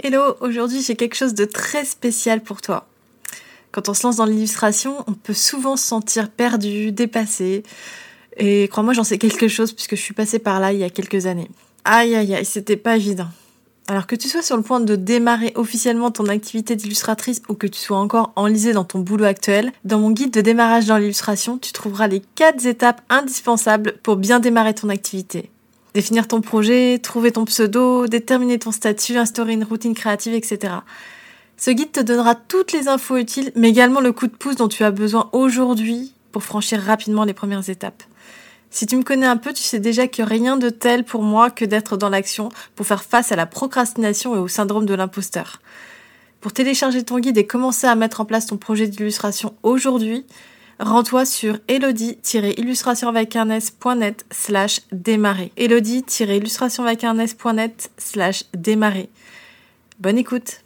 Hello, aujourd'hui j'ai quelque chose de très spécial pour toi. Quand on se lance dans l'illustration, on peut souvent se sentir perdu, dépassé. Et crois-moi, j'en sais quelque chose puisque je suis passée par là il y a quelques années. Aïe aïe aïe, c'était pas évident. Alors que tu sois sur le point de démarrer officiellement ton activité d'illustratrice ou que tu sois encore enlisé dans ton boulot actuel, dans mon guide de démarrage dans l'illustration, tu trouveras les 4 étapes indispensables pour bien démarrer ton activité. Définir ton projet, trouver ton pseudo, déterminer ton statut, instaurer une routine créative, etc. Ce guide te donnera toutes les infos utiles, mais également le coup de pouce dont tu as besoin aujourd'hui pour franchir rapidement les premières étapes. Si tu me connais un peu, tu sais déjà que rien de tel pour moi que d'être dans l'action pour faire face à la procrastination et au syndrome de l'imposteur. Pour télécharger ton guide et commencer à mettre en place ton projet d'illustration aujourd'hui, rends-toi sur elodie-illustrationavecun.net/démarrer. elodie-illustrationavecun.net/démarrer. Bonne écoute!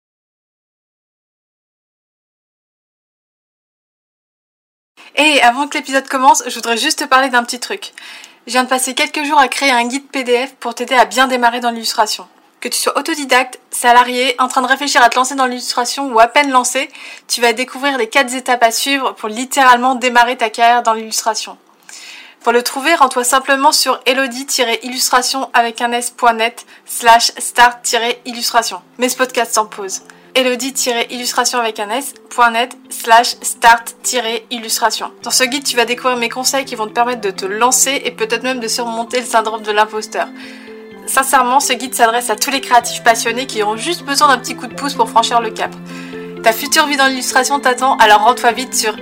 Et avant que l'épisode commence, je voudrais juste te parler d'un petit truc. Je viens de passer quelques jours à créer un guide PDF pour t'aider à bien démarrer dans l'illustration. Que tu sois autodidacte, salarié, en train de réfléchir à te lancer dans l'illustration ou à peine lancé, tu vas découvrir les 4 étapes à suivre pour littéralement démarrer ta carrière dans l'illustration. Pour le trouver, rends-toi simplement sur elodie-illustrationavecun.net/start-illustration. Mets ce podcast en pause. elodie-illustrationavecun.net/start-illustration. Dans ce guide, tu vas découvrir mes conseils qui vont te permettre de te lancer et peut-être même de surmonter le syndrome de l'imposteur. Sincèrement, ce guide s'adresse à tous les créatifs passionnés qui auront juste besoin d'un petit coup de pouce pour franchir le cap. Ta future vie dans l'illustration t'attend, alors rends-toi vite sur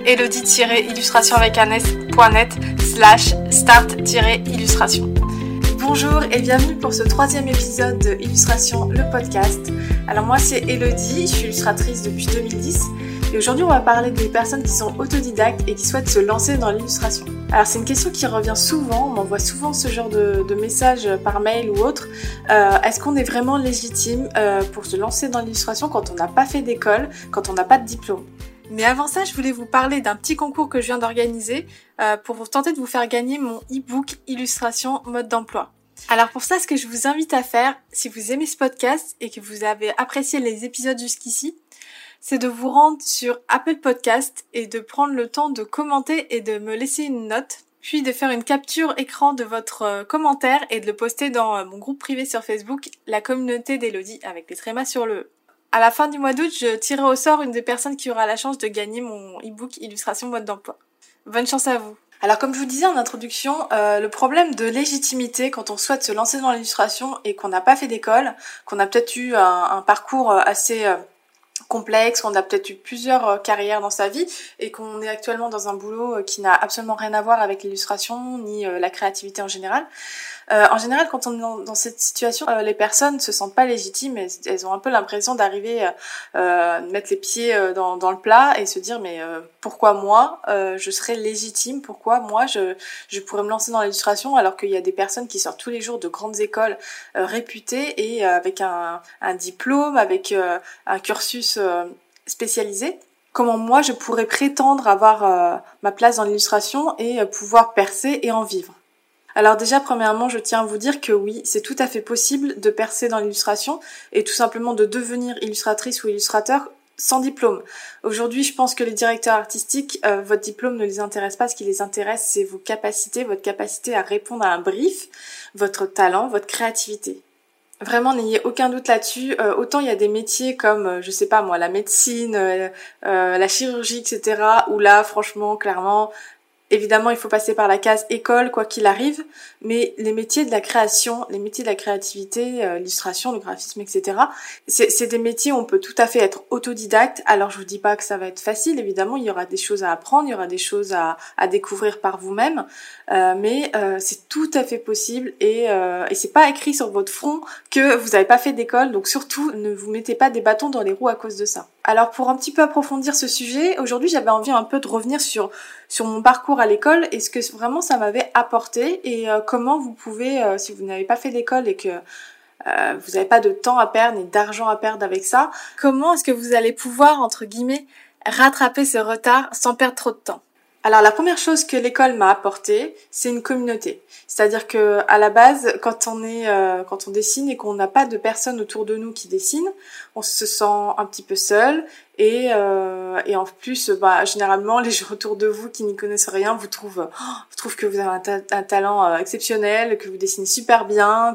elodie-illustrationavecun.net/start-illustration. Bonjour et bienvenue pour ce 3e épisode de Illustration, le podcast. Alors moi c'est Elodie, je suis illustratrice depuis 2010 et aujourd'hui on va parler des personnes qui sont autodidactes et qui souhaitent se lancer dans l'illustration. Alors c'est une question qui revient souvent, on m'envoie souvent ce genre de messages par mail ou autre. Est-ce qu'on est vraiment légitime pour se lancer dans l'illustration quand on n'a pas fait d'école, quand on n'a pas de diplôme ? Mais avant ça, je voulais vous parler d'un petit concours que je viens d'organiser pour vous tenter de vous faire gagner mon e-book Illustration mode d'emploi. Alors pour ça, ce que je vous invite à faire, si vous aimez ce podcast et que vous avez apprécié les épisodes jusqu'ici, c'est de vous rendre sur Apple Podcast et de prendre le temps de commenter et de me laisser une note, puis de faire une capture écran de votre commentaire et de le poster dans mon groupe privé sur Facebook, la communauté d'Elodie, avec des trémas sur le E. À la fin du mois d'août, je tirerai au sort une des personnes qui aura la chance de gagner mon e-book Illustration mode d'emploi. Bonne chance à vous. Alors comme je vous disais en introduction, le problème de légitimité quand on souhaite se lancer dans l'illustration et qu'on n'a pas fait d'école, qu'on a peut-être eu un parcours assez complexe, qu'on a peut-être eu plusieurs carrières dans sa vie et qu'on est actuellement dans un boulot qui n'a absolument rien à voir avec l'illustration ni la créativité en général. En général, quand on est dans cette situation, les personnes se sentent pas légitimes, elles ont un peu l'impression d'arriver mettre les pieds dans le plat et se dire mais pourquoi moi je serais légitime, pourquoi moi je pourrais me lancer dans l'illustration alors qu'il y a des personnes qui sortent tous les jours de grandes écoles réputées et avec un diplôme, avec un cursus spécialisé. Comment moi je pourrais prétendre avoir ma place dans l'illustration et pouvoir percer et en vivre. Alors déjà, premièrement, je tiens à vous dire que oui, c'est tout à fait possible de percer dans l'illustration et tout simplement de devenir illustratrice ou illustrateur sans diplôme. Aujourd'hui, je pense que les directeurs artistiques, votre diplôme ne les intéresse pas. Ce qui les intéresse, c'est vos capacités, votre capacité à répondre à un brief, votre talent, votre créativité. Vraiment, n'ayez aucun doute là-dessus. Autant il y a des métiers comme, je sais pas moi, la médecine, la chirurgie, etc. où là, franchement, clairement... Évidemment, il faut passer par la case école, quoi qu'il arrive, mais les métiers de la création, les métiers de la créativité, l'illustration, le graphisme, etc., c'est des métiers où on peut tout à fait être autodidacte. Alors, je vous dis pas que ça va être facile, évidemment, il y aura des choses à apprendre, il y aura des choses à découvrir par vous-même, mais c'est tout à fait possible et c'est pas écrit sur votre front que vous n'avez pas fait d'école, donc surtout, ne vous mettez pas des bâtons dans les roues à cause de ça. Alors, pour un petit peu approfondir ce sujet, aujourd'hui, j'avais envie un peu de revenir sur mon parcours à l'école et ce que vraiment ça m'avait apporté et comment vous pouvez, si vous n'avez pas fait d'école et que vous n'avez pas de temps à perdre ni d'argent à perdre avec ça, comment est-ce que vous allez pouvoir, entre guillemets, rattraper ce retard sans perdre trop de temps. Alors la première chose que l'école m'a apporté, c'est une communauté. C'est-à-dire que à la base, quand on dessine et qu'on n'a pas de personnes autour de nous qui dessinent, on se sent un petit peu seul et en plus, généralement les gens autour de vous qui n'y connaissent rien vous trouvent que vous avez un talent exceptionnel, que vous dessinez super bien,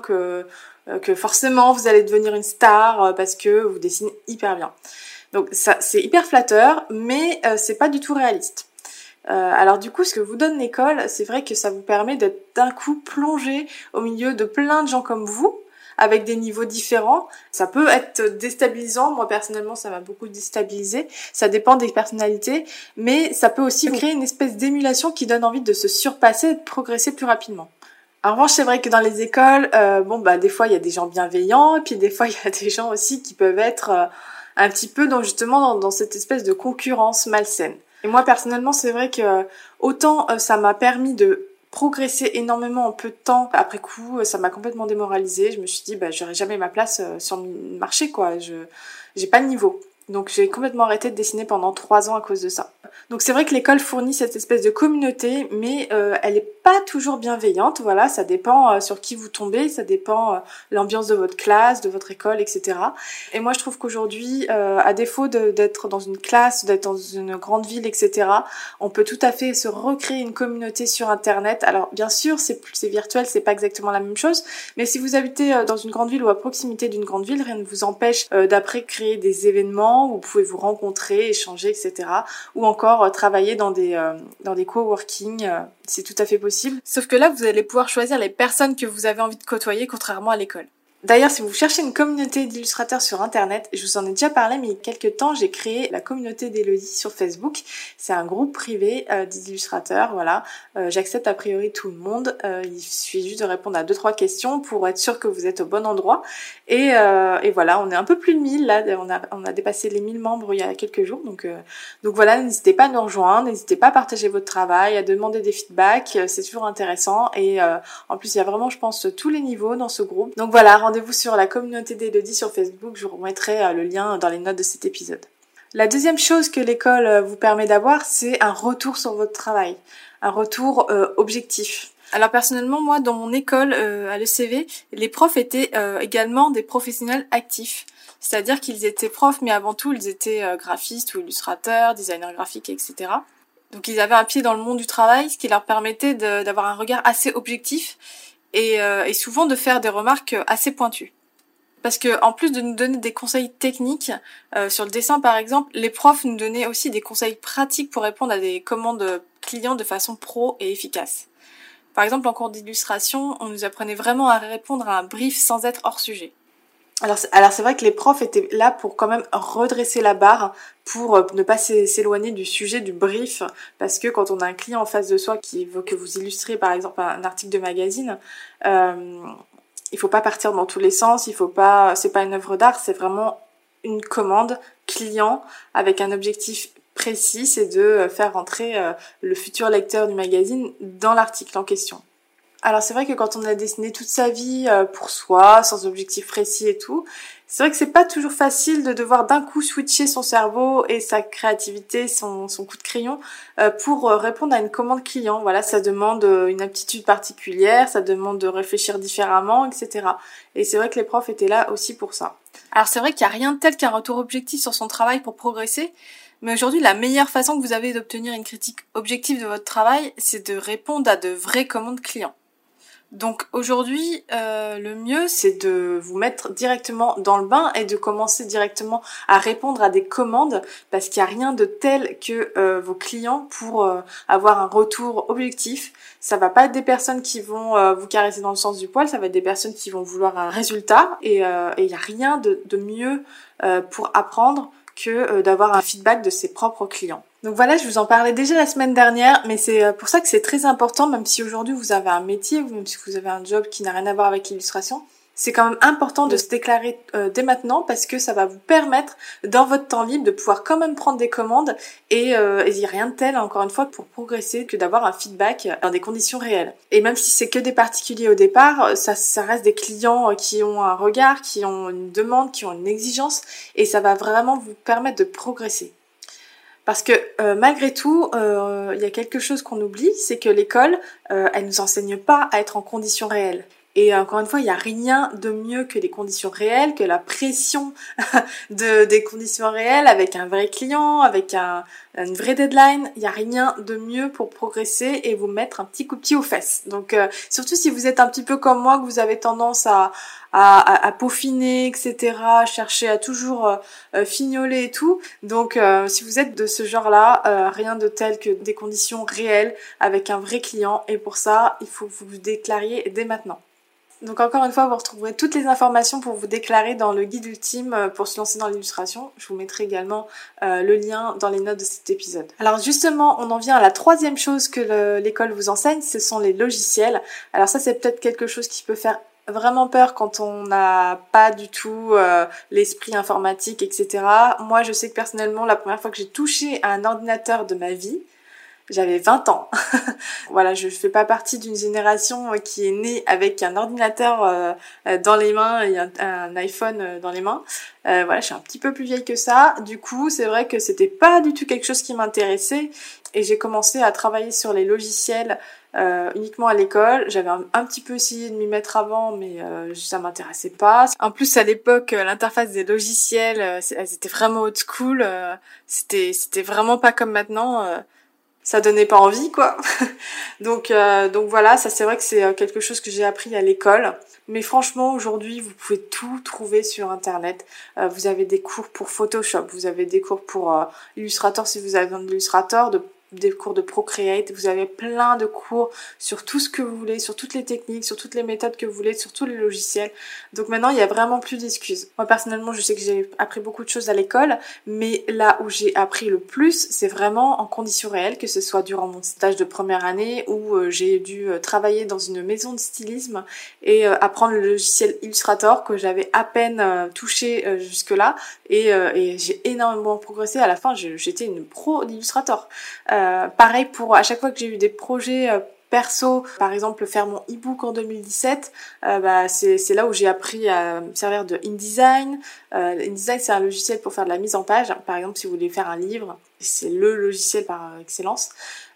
que forcément vous allez devenir une star parce que vous dessinez hyper bien. Donc ça, c'est hyper flatteur, mais c'est pas du tout réaliste. Alors du coup, ce que vous donne l'école, c'est vrai que ça vous permet d'être d'un coup plongé au milieu de plein de gens comme vous, avec des niveaux différents. Ça peut être déstabilisant. Moi, personnellement, ça m'a beaucoup déstabilisé. Ça dépend des personnalités, mais ça peut aussi créer une espèce d'émulation qui donne envie de se surpasser et de progresser plus rapidement. En revanche, c'est vrai que dans les écoles, des fois, il y a des gens bienveillants, et puis des fois, il y a des gens aussi qui peuvent être un petit peu dans cette espèce de concurrence malsaine. Et moi, personnellement, c'est vrai que autant ça m'a permis de progresser énormément en peu de temps, après coup, ça m'a complètement démoralisée. Je me suis dit, j'aurai jamais ma place sur le marché, quoi. J'ai pas le niveau. Donc j'ai complètement arrêté de dessiner pendant 3 ans à cause de ça. Donc c'est vrai que l'école fournit cette espèce de communauté, mais elle est pas toujours bienveillante. Voilà, ça dépend sur qui vous tombez, ça dépend l'ambiance de votre classe, de votre école, etc. Et moi je trouve qu'aujourd'hui, à défaut d'être dans une classe, d'être dans une grande ville, etc., on peut tout à fait se recréer une communauté sur Internet. Alors bien sûr, c'est virtuel, c'est pas exactement la même chose, mais si vous habitez dans une grande ville ou à proximité d'une grande ville, rien ne vous empêche d'après créer des événements où vous pouvez vous rencontrer, échanger, etc. Ou encore travailler dans des coworking, c'est tout à fait possible. Sauf que là, vous allez pouvoir choisir les personnes que vous avez envie de côtoyer, contrairement à l'école. D'ailleurs, si vous cherchez une communauté d'illustrateurs sur Internet, je vous en ai déjà parlé, mais il y a quelques temps, j'ai créé la communauté d'Elodie sur Facebook. C'est un groupe privé d'illustrateurs, voilà. J'accepte a priori tout le monde. Il suffit juste de répondre à 2-3 questions pour être sûr que vous êtes au bon endroit. Et voilà, on est un peu plus de 1000 là. On a dépassé les 1000 membres il y a quelques jours. Donc voilà, n'hésitez pas à nous rejoindre, n'hésitez pas à partager votre travail, à demander des feedbacks. C'est toujours intéressant. Et en plus, il y a vraiment, je pense, tous les niveaux dans ce groupe. Donc voilà, rendez-vous sur la communauté d'Elodie sur Facebook, je vous remettrai le lien dans les notes de cet épisode. La deuxième chose que l'école vous permet d'avoir, c'est un retour sur votre travail, un retour objectif. Alors personnellement, moi, dans mon école à l'ECV, les profs étaient également des professionnels actifs. C'est-à-dire qu'ils étaient profs, mais avant tout, ils étaient graphistes ou illustrateurs, designers graphiques, etc. Donc ils avaient un pied dans le monde du travail, ce qui leur permettait d'avoir un regard assez objectif et souvent de faire des remarques assez pointues. Parce que en plus de nous donner des conseils techniques sur le dessin par exemple, les profs nous donnaient aussi des conseils pratiques pour répondre à des commandes clients de façon pro et efficace. Par exemple, en cours d'illustration, on nous apprenait vraiment à répondre à un brief sans être hors sujet. Alors c'est vrai que les profs étaient là pour quand même redresser la barre, pour ne pas s'éloigner du sujet du brief, parce que quand on a un client en face de soi qui veut que vous illustriez par exemple un article de magazine, il faut pas partir dans tous les sens, c'est pas une œuvre d'art, c'est vraiment une commande client avec un objectif précis, c'est de faire rentrer le futur lecteur du magazine dans l'article en question. Alors c'est vrai que quand on a dessiné toute sa vie pour soi, sans objectif précis et tout, c'est vrai que c'est pas toujours facile de devoir d'un coup switcher son cerveau et sa créativité, son coup de crayon pour répondre à une commande client. Voilà, ça demande une aptitude particulière, ça demande de réfléchir différemment, etc. Et c'est vrai que les profs étaient là aussi pour ça. Alors c'est vrai qu'il n'y a rien de tel qu'un retour objectif sur son travail pour progresser, mais aujourd'hui la meilleure façon que vous avez d'obtenir une critique objective de votre travail, c'est de répondre à de vraies commandes clients. Donc aujourd'hui, le mieux, c'est de vous mettre directement dans le bain et de commencer directement à répondre à des commandes, parce qu'il n'y a rien de tel que vos clients pour avoir un retour objectif. Ça va pas être des personnes qui vont vous caresser dans le sens du poil, ça va être des personnes qui vont vouloir un résultat, et il n'y a rien de mieux pour apprendre que d'avoir un feedback de ses propres clients. Donc voilà, je vous en parlais déjà la semaine dernière, mais c'est pour ça que c'est très important, même si aujourd'hui vous avez un métier, ou même si vous avez un job qui n'a rien à voir avec l'illustration, c'est quand même important de se déclarer dès maintenant, parce que ça va vous permettre, dans votre temps libre, de pouvoir quand même prendre des commandes, et il n'y a rien de tel, encore une fois, pour progresser, que d'avoir un feedback dans des conditions réelles. Et même si c'est que des particuliers au départ, ça reste des clients qui ont un regard, qui ont une demande, qui ont une exigence, et ça va vraiment vous permettre de progresser. Parce que malgré tout, il y a quelque chose qu'on oublie, c'est que l'école, elle nous enseigne pas à être en conditions réelles. Et encore une fois, il n'y a rien de mieux que les conditions réelles, que la pression des conditions réelles avec un vrai client, avec une vraie deadline. Il n'y a rien de mieux pour progresser et vous mettre un petit coup de pied aux fesses. Donc surtout si vous êtes un petit peu comme moi, que vous avez tendance à peaufiner, etc., chercher à toujours fignoler et tout. Donc si vous êtes de ce genre-là, rien de tel que des conditions réelles avec un vrai client. Et pour ça, il faut que vous vous déclariez dès maintenant. Donc encore une fois, vous retrouverez toutes les informations pour vous déclarer dans le guide ultime pour se lancer dans l'illustration. Je vous mettrai également le lien dans les notes de cet épisode. Alors justement, on en vient à la troisième chose que l'école vous enseigne, ce sont les logiciels. Alors ça, c'est peut-être quelque chose qui peut faire vraiment peur quand on n'a pas du tout l'esprit informatique, etc. Moi, je sais que personnellement, la première fois que j'ai touché à un ordinateur de ma vie, j'avais 20 ans. Voilà, je fais pas partie d'une génération qui est née avec un ordinateur dans les mains et un iPhone dans les mains. Voilà, je suis un petit peu plus vieille que ça. Du coup, c'est vrai que c'était pas du tout quelque chose qui m'intéressait et j'ai commencé à travailler sur les logiciels uniquement à l'école. J'avais un petit peu essayé de m'y mettre avant, mais ça m'intéressait pas. En plus, à l'époque, l'interface des logiciels, elles étaient vraiment old school. C'était vraiment pas comme maintenant. Ça donnait pas envie, quoi. Donc voilà, ça c'est vrai que c'est quelque chose que j'ai appris à l'école. Mais franchement, aujourd'hui, vous pouvez tout trouver sur Internet. Vous avez des cours pour Photoshop, vous avez des cours pour Illustrator si vous avez besoin d'Illustrator, des cours de Procreate, vous avez plein de cours sur tout ce que vous voulez, sur toutes les techniques, sur toutes les méthodes que vous voulez, sur tous les logiciels. Donc maintenant, il y a vraiment plus d'excuses. Moi, personnellement, je sais que j'ai appris beaucoup de choses à l'école, mais là où j'ai appris le plus, c'est vraiment en conditions réelles, que ce soit durant mon stage de première année où j'ai dû travailler dans une maison de stylisme et apprendre le logiciel Illustrator que j'avais à peine touché jusque-là et j'ai énormément progressé. À la fin, j'étais une pro d'Illustrator. Pareil pour à chaque fois que j'ai eu des projets perso, par exemple faire mon e-book en 2017, c'est là où j'ai appris à me servir de InDesign. InDesign, c'est un logiciel pour faire de la mise en page. Par exemple, si vous voulez faire un livre, c'est le logiciel par excellence.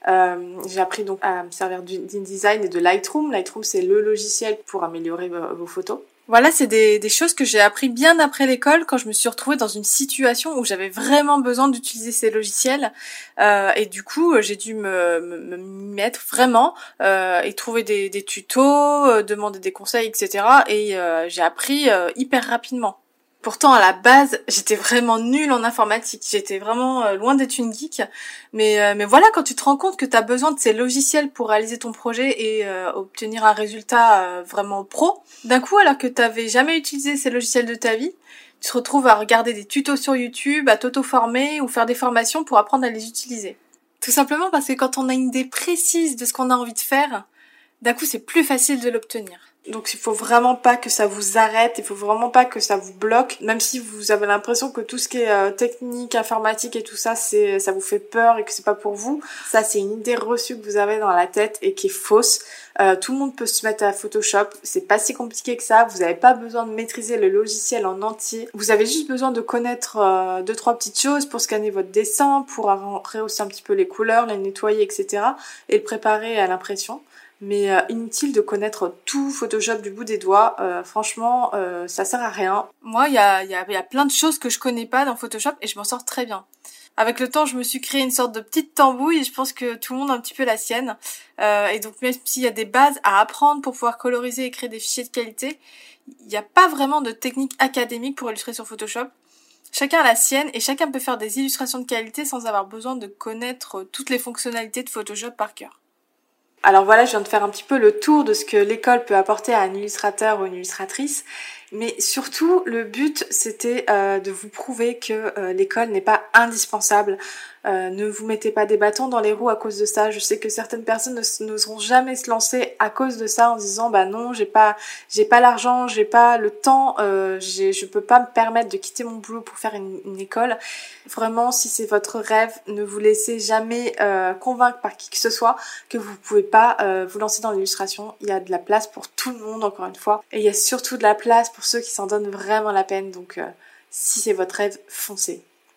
J'ai appris donc à me servir d'InDesign et de Lightroom. Lightroom, c'est le logiciel pour améliorer vos photos. Voilà, c'est des choses que j'ai appris bien après l'école, quand je me suis retrouvée dans une situation où j'avais vraiment besoin d'utiliser ces logiciels. Et du coup, j'ai dû me mettre vraiment et trouver des tutos, demander des conseils, etc. Et j'ai appris hyper rapidement. Pourtant, à la base, j'étais vraiment nulle en informatique. J'étais vraiment loin d'être une geek. Mais voilà, quand tu te rends compte que tu as besoin de ces logiciels pour réaliser ton projet et obtenir un résultat vraiment pro, d'un coup, alors que tu n'avais jamais utilisé ces logiciels de ta vie, tu te retrouves à regarder des tutos sur YouTube, à t'auto-former ou faire des formations pour apprendre à les utiliser. Tout simplement parce que quand on a une idée précise de ce qu'on a envie de faire, d'un coup, c'est plus facile de l'obtenir. Donc il faut vraiment pas que ça vous arrête, il faut vraiment pas que ça vous bloque, même si vous avez l'impression que tout ce qui est technique, informatique et tout ça, ça vous fait peur et que c'est pas pour vous. Ça, c'est une idée reçue que vous avez dans la tête et qui est fausse. Tout le monde peut se mettre à Photoshop, c'est pas si compliqué que ça, vous avez pas besoin de maîtriser le logiciel en entier. Vous avez juste besoin de connaître 2-3 petites choses pour scanner votre dessin, pour rehausser un petit peu les couleurs, les nettoyer, etc. et le préparer à l'impression. Mais inutile de connaître tout Photoshop du bout des doigts. Franchement, ça sert à rien. Moi, il y a plein de choses que je connais pas dans Photoshop et je m'en sors très bien. Avec le temps, je me suis créé une sorte de petite tambouille et je pense que tout le monde a un petit peu la sienne. Et donc, même s'il y a des bases à apprendre pour pouvoir coloriser et créer des fichiers de qualité, il n'y a pas vraiment de technique académique pour illustrer sur Photoshop. Chacun a la sienne et chacun peut faire des illustrations de qualité sans avoir besoin de connaître toutes les fonctionnalités de Photoshop par cœur. Alors voilà, je viens de faire un petit peu le tour de ce que l'école peut apporter à un illustrateur ou une illustratrice, mais surtout le but c'était de vous prouver que l'école n'est pas indispensable. Ne vous mettez pas des bâtons dans les roues à cause de ça. Je sais que certaines personnes n'oseront jamais se lancer à cause de ça en se disant bah non, j'ai pas l'argent, j'ai pas le temps, je peux pas me permettre de quitter mon boulot pour faire une école. Vraiment, si c'est votre rêve, ne vous laissez jamais convaincre par qui que ce soit que vous pouvez pas vous lancer dans l'illustration. Il y a de la place pour tout le monde, encore une fois, et il y a surtout de la place pour ceux qui s'en donnent vraiment la peine. Donc si c'est votre rêve, foncez.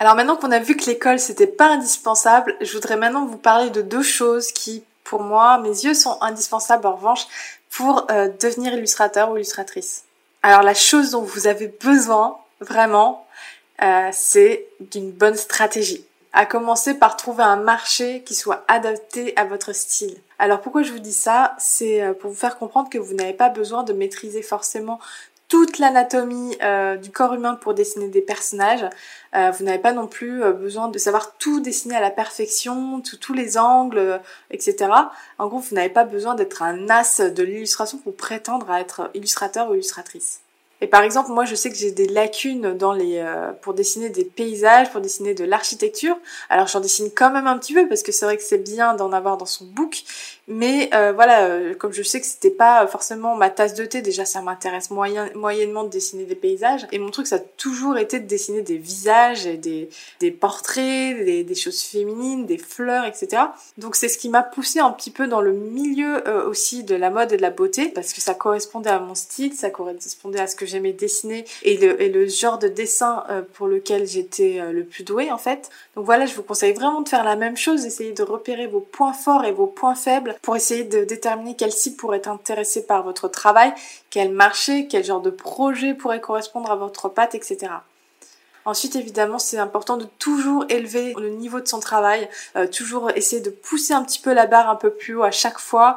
Alors maintenant qu'on a vu que l'école c'était pas indispensable, je voudrais maintenant vous parler de 2 choses qui, pour moi, mes yeux sont indispensables en revanche pour devenir illustrateur ou illustratrice. Alors la chose dont vous avez besoin, vraiment, c'est d'une bonne stratégie. À commencer par trouver un marché qui soit adapté à votre style. Alors pourquoi je vous dis ça? C'est pour vous faire comprendre que vous n'avez pas besoin de maîtriser forcément toute l'anatomie du corps humain pour dessiner des personnages. Vous n'avez pas non plus besoin de savoir tout dessiner à la perfection, tous les angles, etc. En gros, vous n'avez pas besoin d'être un as de l'illustration pour prétendre à être illustrateur ou illustratrice. Et par exemple, moi je sais que j'ai des lacunes pour dessiner des paysages, pour dessiner de l'architecture. Alors j'en dessine quand même un petit peu parce que c'est vrai que c'est bien d'en avoir dans son book. Mais comme je sais que c'était pas forcément ma tasse de thé, déjà ça m'intéresse moyennement de dessiner des paysages. Et mon truc ça a toujours été de dessiner des visages, et des portraits, des choses féminines, des fleurs, etc. Donc c'est ce qui m'a poussée un petit peu dans le milieu aussi de la mode et de la beauté, parce que ça correspondait à mon style, ça correspondait à ce que j'aimais dessiner et le genre de dessin pour lequel j'étais le plus douée en fait. Donc voilà, je vous conseille vraiment de faire la même chose, d'essayer de repérer vos points forts et vos points faibles pour essayer de déterminer quelle cible pourrait être intéressée par votre travail, quel marché, quel genre de projet pourrait correspondre à votre patte, etc. Ensuite, évidemment, c'est important de toujours élever le niveau de son travail, toujours essayer de pousser un petit peu la barre un peu plus haut à chaque fois,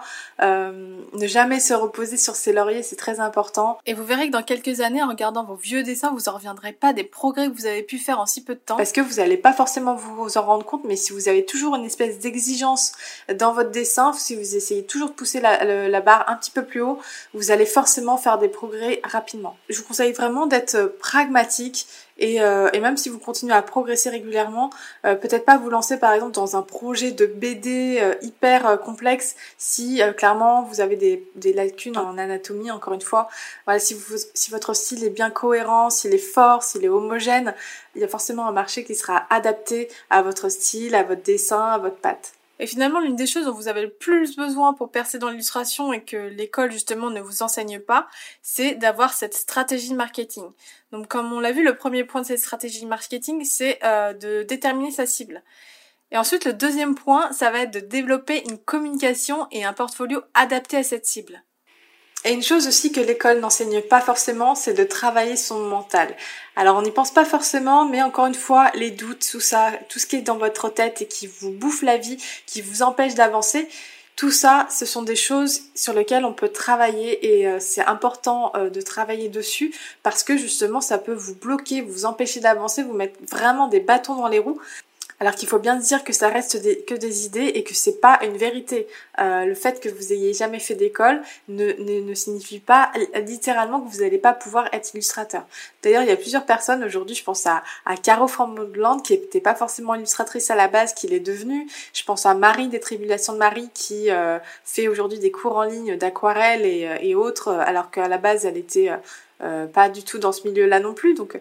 ne jamais se reposer sur ses lauriers, c'est très important. Et vous verrez que dans quelques années, en regardant vos vieux dessins, vous en reviendrez pas des progrès que vous avez pu faire en si peu de temps, parce que vous n'allez pas forcément vous en rendre compte, mais si vous avez toujours une espèce d'exigence dans votre dessin, si vous essayez toujours de pousser la barre un petit peu plus haut, vous allez forcément faire des progrès rapidement. Je vous conseille vraiment d'être pragmatique, et même si vous continuez à progresser régulièrement, peut-être pas vous lancer par exemple dans un projet de BD hyper complexe si clairement vous avez des lacunes en anatomie, encore une fois. Voilà, si votre style est bien cohérent, s'il est fort, s'il est homogène, il y a forcément un marché qui sera adapté à votre style, à votre dessin, à votre patte. Et finalement, l'une des choses dont vous avez le plus besoin pour percer dans l'illustration et que l'école justement ne vous enseigne pas, c'est d'avoir cette stratégie marketing. Donc comme on l'a vu, le premier point de cette stratégie marketing, c'est de déterminer sa cible. Et ensuite, le deuxième point, ça va être de développer une communication et un portfolio adapté à cette cible. Et une chose aussi que l'école n'enseigne pas forcément, c'est de travailler son mental. Alors on n'y pense pas forcément, mais encore une fois, les doutes, tout ça, tout ce qui est dans votre tête et qui vous bouffe la vie, qui vous empêche d'avancer, tout ça, ce sont des choses sur lesquelles on peut travailler et c'est important de travailler dessus parce que justement ça peut vous bloquer, vous empêcher d'avancer, vous mettre vraiment des bâtons dans les roues. Alors qu'il faut bien se dire que ça reste que des idées et que c'est pas une vérité. Le fait que vous ayez jamais fait d'école ne signifie pas littéralement que vous n'allez pas pouvoir être illustrateur. D'ailleurs, il y a plusieurs personnes aujourd'hui, je pense à Caro Fromland qui n'était pas forcément illustratrice à la base, qui l'est devenue. Je pense à Marie des Tribulations de Marie qui fait aujourd'hui des cours en ligne d'aquarelle et autres, alors qu'à la base elle était pas du tout dans ce milieu-là non plus, donc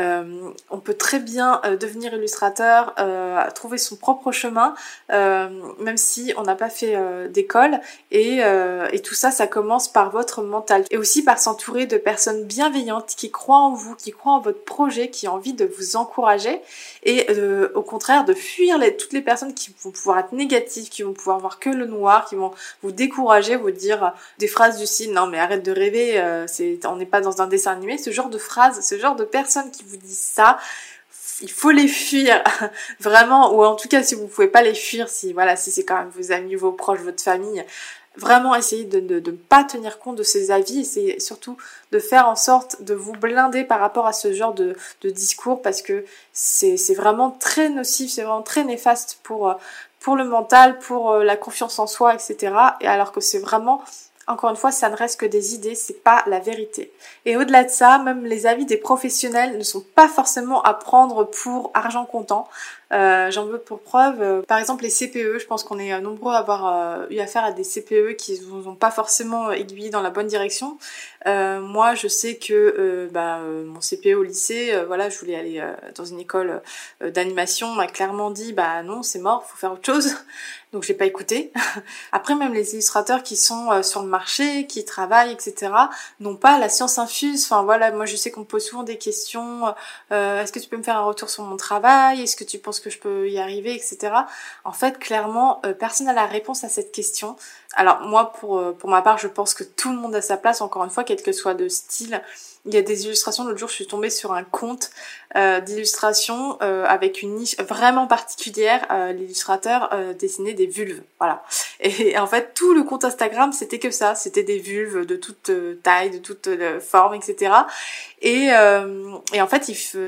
on peut très bien devenir illustrateur, trouver son propre chemin, même si on n'a pas fait d'école, et tout ça, ça commence par votre mental, et aussi par s'entourer de personnes bienveillantes qui croient en vous, qui croient en votre projet, qui ont envie de vous encourager, et au contraire de fuir toutes les personnes qui vont pouvoir être négatives, qui vont pouvoir voir que le noir, qui vont vous décourager, vous dire des phrases du style non mais arrête de rêver, on n'est pas dans un dessin animé, ce genre de phrases, ce genre de personnes qui vous disent ça, il faut les fuir vraiment, ou en tout cas si vous pouvez pas les fuir, si c'est quand même vos amis, vos proches, votre famille, vraiment essayez de ne pas tenir compte de ces avis, essayez surtout de faire en sorte de vous blinder par rapport à ce genre de discours, parce que c'est vraiment très nocif, c'est vraiment très néfaste pour le mental, pour la confiance en soi, etc. Et alors que c'est vraiment, encore une fois, ça ne reste que des idées, c'est pas la vérité. Et au-delà de ça, même les avis des professionnels ne sont pas forcément à prendre pour argent comptant. J'en veux pour preuve, par exemple les CPE, je pense qu'on est nombreux à avoir eu affaire à des CPE qui ne nous ont pas forcément aiguillés dans la bonne direction. Moi, je sais que mon CP au lycée, je voulais aller dans une école d'animation, on m'a clairement dit non, c'est mort, faut faire autre chose. Donc j'ai pas écouté. Après, même les illustrateurs qui sont sur le marché, qui travaillent, etc., n'ont pas la science infuse. Moi je sais qu'on me pose souvent des questions. Est-ce que tu peux me faire un retour sur mon travail? Est-ce que tu penses que je peux y arriver, etc. En fait, clairement, personne n'a la réponse à cette question. Alors moi, pour ma part, je pense que tout le monde a sa place. Encore une fois, quel que soit le style. Il y a des illustrations. L'autre jour, je suis tombée sur un compte d'illustration avec une niche vraiment particulière. L'illustrateur dessinait des vulves, voilà. Et en fait, tout le compte Instagram, c'était que ça. C'était des vulves de toute taille, de toute forme, etc. Et en fait,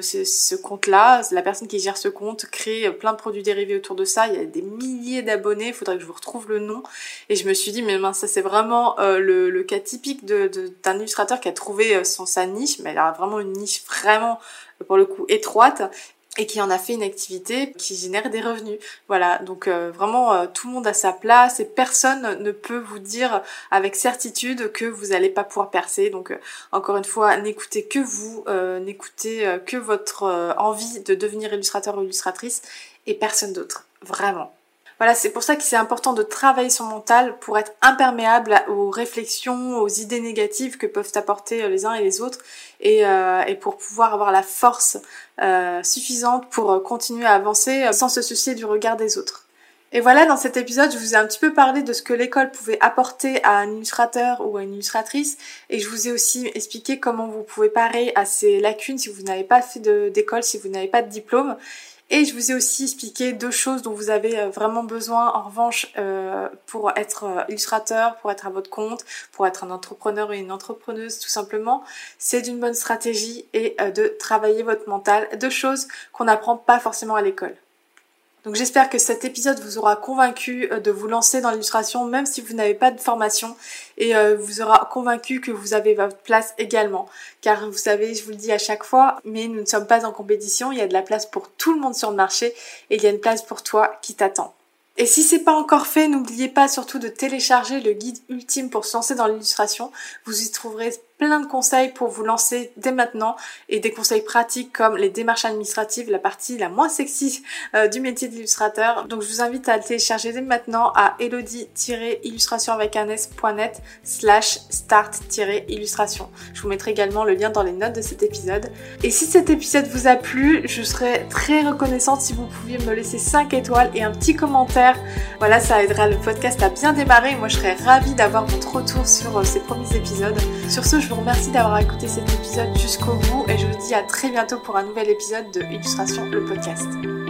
ce compte-là, la personne qui gère ce compte crée plein de produits dérivés autour de ça. Il y a des milliers d'abonnés. Il faudrait que je vous retrouve le nom. Et je me suis dit, mais mince, ça c'est vraiment le cas typique d'un illustrateur qui a trouvé sa niche, mais elle a vraiment une niche vraiment, pour le coup, étroite, et qui en a fait une activité qui génère des revenus. Voilà, donc vraiment tout le monde a sa place et personne ne peut vous dire avec certitude que vous allez pas pouvoir percer. Donc encore une fois, n'écoutez que vous, n'écoutez que votre envie de devenir illustrateur ou illustratrice et personne d'autre, vraiment. Voilà, c'est pour ça que c'est important de travailler son mental pour être imperméable aux réflexions, aux idées négatives que peuvent apporter les uns et les autres et pour pouvoir avoir la force suffisante pour continuer à avancer sans se soucier du regard des autres. Et voilà, dans cet épisode, je vous ai un petit peu parlé de ce que l'école pouvait apporter à un illustrateur ou à une illustratrice et je vous ai aussi expliqué comment vous pouvez parer à ces lacunes si vous n'avez pas fait d'école, si vous n'avez pas de diplôme. Et je vous ai aussi expliqué 2 choses dont vous avez vraiment besoin en revanche pour être illustrateur, pour être à votre compte, pour être un entrepreneur et une entrepreneuse tout simplement. C'est d'une bonne stratégie et de travailler votre mental, 2 choses qu'on n'apprend pas forcément à l'école. Donc j'espère que cet épisode vous aura convaincu de vous lancer dans l'illustration même si vous n'avez pas de formation et vous aura convaincu que vous avez votre place également. Car vous savez, je vous le dis à chaque fois, mais nous ne sommes pas en compétition, il y a de la place pour tout le monde sur le marché et il y a une place pour toi qui t'attend. Et si c'est pas encore fait, n'oubliez pas surtout de télécharger le guide ultime pour se lancer dans l'illustration. Vous y trouverez plein de conseils pour vous lancer dès maintenant et des conseils pratiques comme les démarches administratives, la partie la moins sexy du métier d'illustrateur. Donc je vous invite à le télécharger dès maintenant à elodie-illustrationavecun.net/start-illustration. Je vous mettrai également le lien dans les notes de cet épisode. Et si cet épisode vous a plu, je serais très reconnaissante si vous pouviez me laisser 5 étoiles et un petit commentaire. Voilà, ça aidera le podcast à bien démarrer et moi je serais ravie d'avoir votre retour sur ces premiers épisodes. Sur ce, je vous remercie d'avoir écouté cet épisode jusqu'au bout et je vous dis à très bientôt pour un nouvel épisode de Illustration, le podcast.